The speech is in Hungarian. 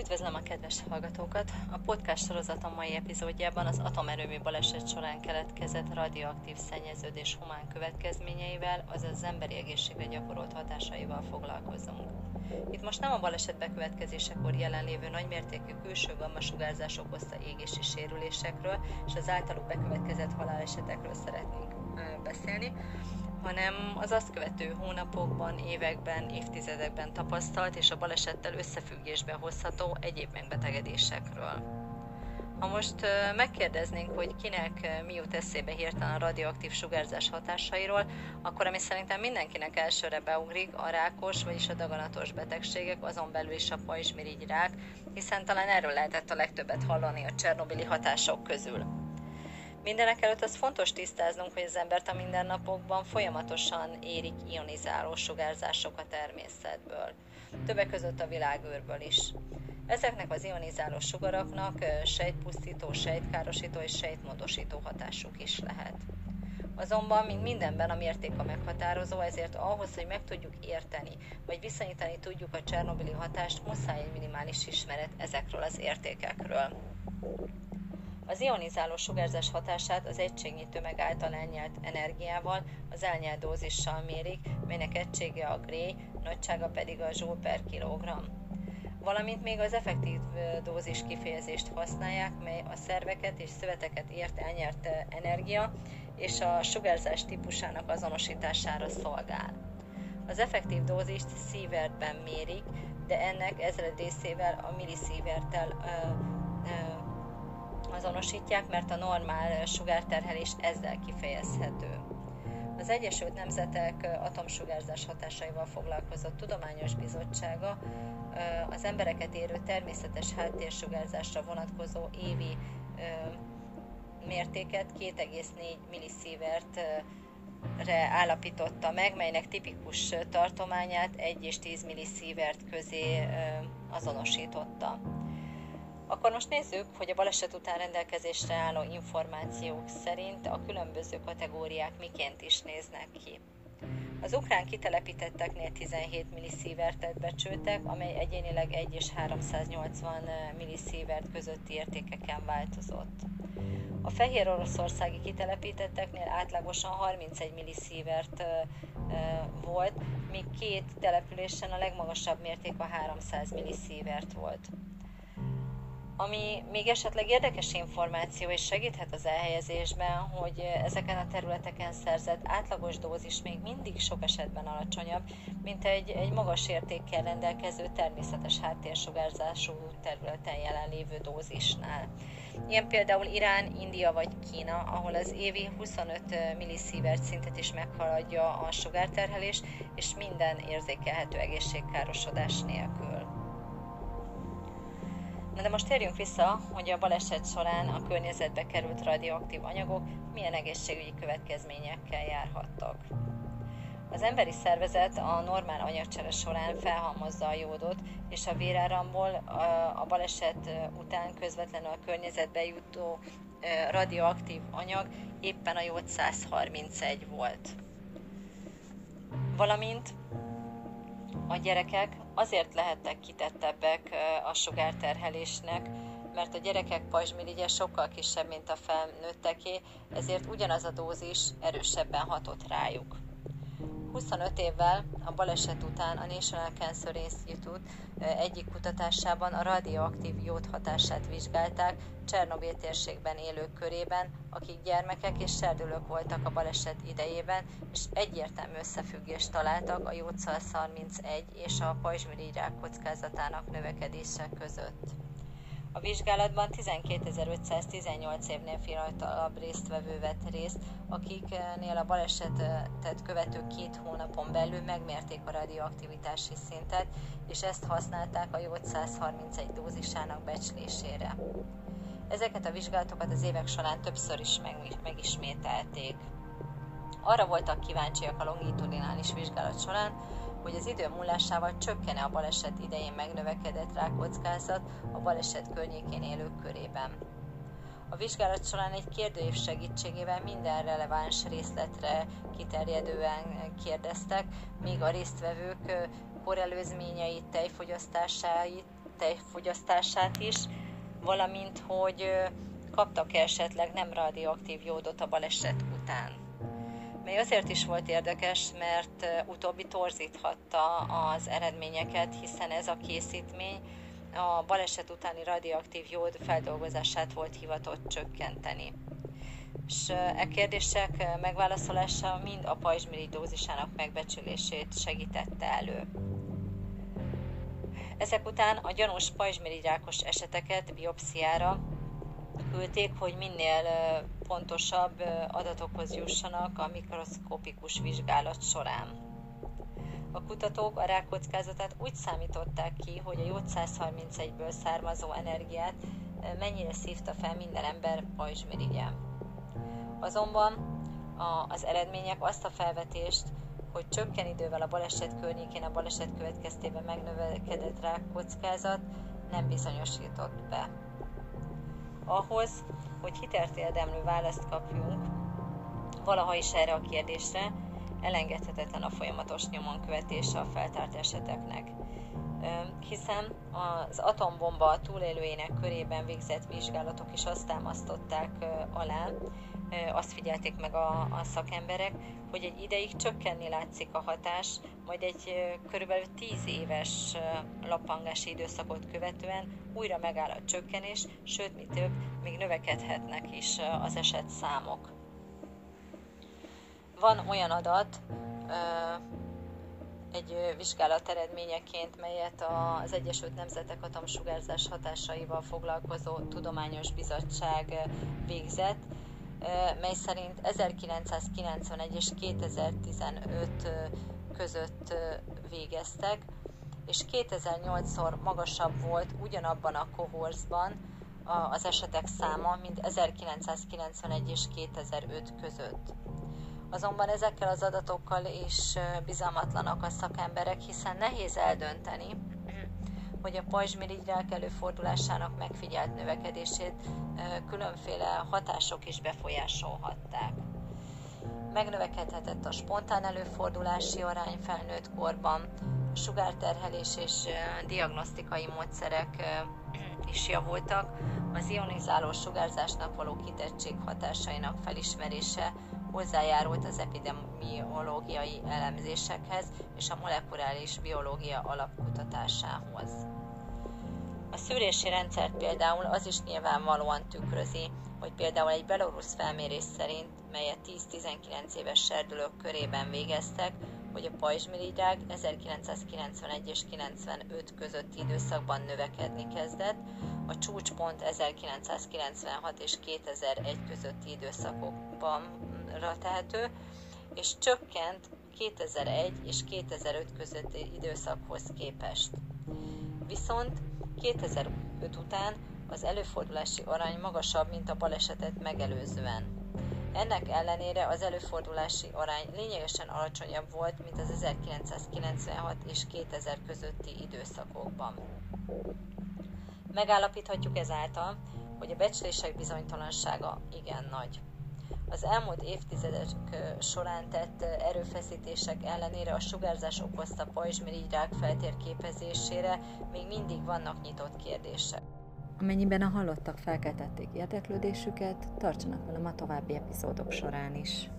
Üdvözlöm a kedves hallgatókat! A podcast sorozatom mai epizódjában az atomerőmű baleset során keletkezett radioaktív szennyeződés humán következményeivel, azaz az emberi egészségre gyakorolt hatásaival foglalkozunk. Itt most nem a baleset bekövetkezésekor jelenlévő nagymértékű külső gammasugárzás okozta égési sérülésekről és az általuk bekövetkezett halálesetekről szeretnénk beszélni, hanem az azt követő hónapokban, években, évtizedekben tapasztalt és a balesettel összefüggésbe hozható egyéb megbetegedésekről. Ha most megkérdeznénk, hogy kinek mi jut eszébe hirtelen a radioaktív sugárzás hatásairól, akkor ami szerintem mindenkinek elsőre beugrik a rákos, vagyis a daganatos betegségek, azon belül is a pajzsmirigy rák, hiszen talán erről lehetett a legtöbbet hallani a csernobili hatások közül. Mindenekelőtt az fontos tisztáznunk, hogy az embert a mindennapokban folyamatosan érik ionizáló sugárzások a természetből, többek között a világűrből is. Ezeknek az ionizáló sugaraknak sejtpusztító, sejtkárosító és sejtmódosító hatásuk is lehet. Azonban, mint mindenben a mérték a meghatározó, ezért ahhoz, hogy meg tudjuk érteni, vagy viszonyítani tudjuk a csernobili hatást, muszáj egy minimális ismeret ezekről az értékekről. Az ionizáló sugárzás hatását az egységnyi tömeg által elnyelt energiával, az elnyelt dózissal mérik, melynek egysége a Gray, nagysága pedig a joule per kilogramm. Valamint még az effektív dózis kifejezést használják, mely a szerveket és szöveteket ért elnyert energia és a sugárzás típusának azonosítására szolgál. Az effektív dózist szievertben mérik, de ennek ezredrészével, a millisieverttel azonosítják, mert a normál sugárterhelés ezzel kifejezhető. Az Egyesült Nemzetek atomsugárzás hatásaival foglalkozó tudományos bizottsága az embereket érő természetes háttérsugárzásra vonatkozó évi mértéket 2,4 millisievertre állapította meg, melynek tipikus tartományát 1 és 10 millisievert közé azonosította. Akkor most nézzük, hogy a baleset után rendelkezésre álló információk szerint a különböző kategóriák miként is néznek ki. Az ukrán kitelepítetteknél 17 millisievertet becsültek, amely egyénileg 1 és 380 millisievert közötti értékeken változott. A fehér oroszországi kitelepítetteknél átlagosan 31 millisievert volt, míg két településen a legmagasabb mérték a 300 millisievert volt. Ami még esetleg érdekes információ és segíthet az elhelyezésben, hogy ezeken a területeken szerzett átlagos dózis még mindig sok esetben alacsonyabb, mint egy magas értékkel rendelkező természetes háttérsugárzású területen jelenlévő dózisnál. Ilyen például Irán, India vagy Kína, ahol az évi 25 millisievert szintet is meghaladja a sugárterhelés, és minden érzékelhető egészségkárosodás nélkül. Na de most térjünk vissza, hogy a baleset során a környezetbe került radioaktív anyagok milyen egészségügyi következményekkel járhattak. Az emberi szervezet a normál anyagcsere során felhalmozza a jódot, és a véráramból a baleset után közvetlenül a környezetbe jutó radioaktív anyag éppen a jód 131 volt. Valamint a gyerekek azért lehettek kitettebbek a sugárterhelésnek, mert a gyerekek pajzsmirigye sokkal kisebb, mint a felnőtteké, ezért ugyanaz a dózis erősebben hatott rájuk. 25 évvel a baleset után a National Cancer Institute egyik kutatásában a radioaktív jód hatását vizsgálták Csernobil térségben élők körében, akik gyermekek és serdülők voltak a baleset idejében, és egyértelmű összefüggést találtak a jód 131 és a pajzsmirigyrák kockázatának növekedése között. A vizsgálatban 12.518 évnél fiatalabb résztvevő vett részt, akiknél a balesetet követő 2 hónapon belül megmérték a radioaktivitási szintet, és ezt használták a jód 131 dózisának becslésére. Ezeket a vizsgálatokat az évek során többször is megismételték. Arra voltak kíváncsiak a longitudinális vizsgálat során, hogy az idő múlásával csökken-e a baleset idején megnövekedett rákockázat a baleset környékén élők körében. A vizsgálat során egy kérdőív segítségével minden releváns részletre kiterjedően kérdeztek, míg a résztvevők korelőzményeit, tejfogyasztását tejfogyasztását is, valamint hogy kaptak esetleg nem radioaktív jódot a baleset után. Mely azért is volt érdekes, mert utóbbi torzíthatta az eredményeket, hiszen ez a készítmény a baleset utáni radioaktív jód feldolgozását volt hivatott csökkenteni. És kérdések megválaszolása mind a pajzsmirigy dózisának megbecsülését segítette elő. Ezek után a gyanús pajzsmirigyrákos eseteket biopsziára küldték, hogy minél pontosabb adatokhoz jussanak a mikroszkopikus vizsgálat során. A kutatók a rákkockázatát úgy számították ki, hogy a jód 131-ből származó energiát mennyire szívta fel minden ember pajzsmirigye. Azonban az eredmények azt a felvetést, hogy csökken idővel a baleset környékén a baleset következtében megnövekedett rákkockázat nem bizonyosított be. Ahhoz, hogy hitelt érdemlő választ kapjunk valaha is erre a kérdésre, elengedhetetlen a folyamatos nyomon követése a feltárt eseteknek. Hiszen az atombomba túlélőinek körében végzett vizsgálatok is azt támasztották alá, azt figyelték meg a szakemberek, hogy egy ideig csökkenni látszik a hatás, majd egy körülbelül 10 éves lappangási időszakot követően újra megáll a csökkenés, sőt, mi több, még növekedhetnek is az esetszámok. Van olyan adat, egy vizsgálat eredményeként, melyet az Egyesült Nemzetek atomsugárzás hatásaival foglalkozó tudományos bizottság végzett, mely szerint 1991 és 2015 között végeztek, és 2008-szor magasabb volt ugyanabban a kohortban az esetek száma, mint 1991 és 2005 között. Azonban ezekkel az adatokkal is bizalmatlanak a szakemberek, hiszen nehéz eldönteni, hogy a pajzsmirigyrák előfordulásának megfigyelt növekedését különféle hatások is befolyásolhatták. Megnövekedhetett a spontán előfordulási arány felnőtt korban, a sugárterhelés és diagnosztikai módszerek is javultak, az ionizáló sugárzásnak való kitettség hatásainak felismerése hozzájárult az epidemiológiai elemzésekhez és a molekuláris biológia alapkutatásához. A szűrési rendszert például az is nyilvánvalóan tükrözi, hogy például egy belorusz felmérés szerint, melyet 10-19 éves serdülők körében végeztek, hogy a pajzsmirigyrák 1991 és 95 közötti időszakban növekedni kezdett, a csúcspont 1996 és 2001 közötti időszakokban tehető, és csökkent 2001 és 2005 közötti időszakhoz képest. Viszont 2005 után az előfordulási arány magasabb, mint a balesetet megelőzően. Ennek ellenére az előfordulási arány lényegesen alacsonyabb volt, mint az 1996 és 2000 közötti időszakokban. Megállapíthatjuk ezáltal, hogy a becslések bizonytalansága igen nagy. Az elmúlt évtizedek során tett erőfeszítések ellenére a sugárzás okozta pajzsmirigyrák feltérképezésére még mindig vannak nyitott kérdések. Amennyiben a hallottak felkeltették érdeklődésüket, tartsanak velem a további epizódok során is.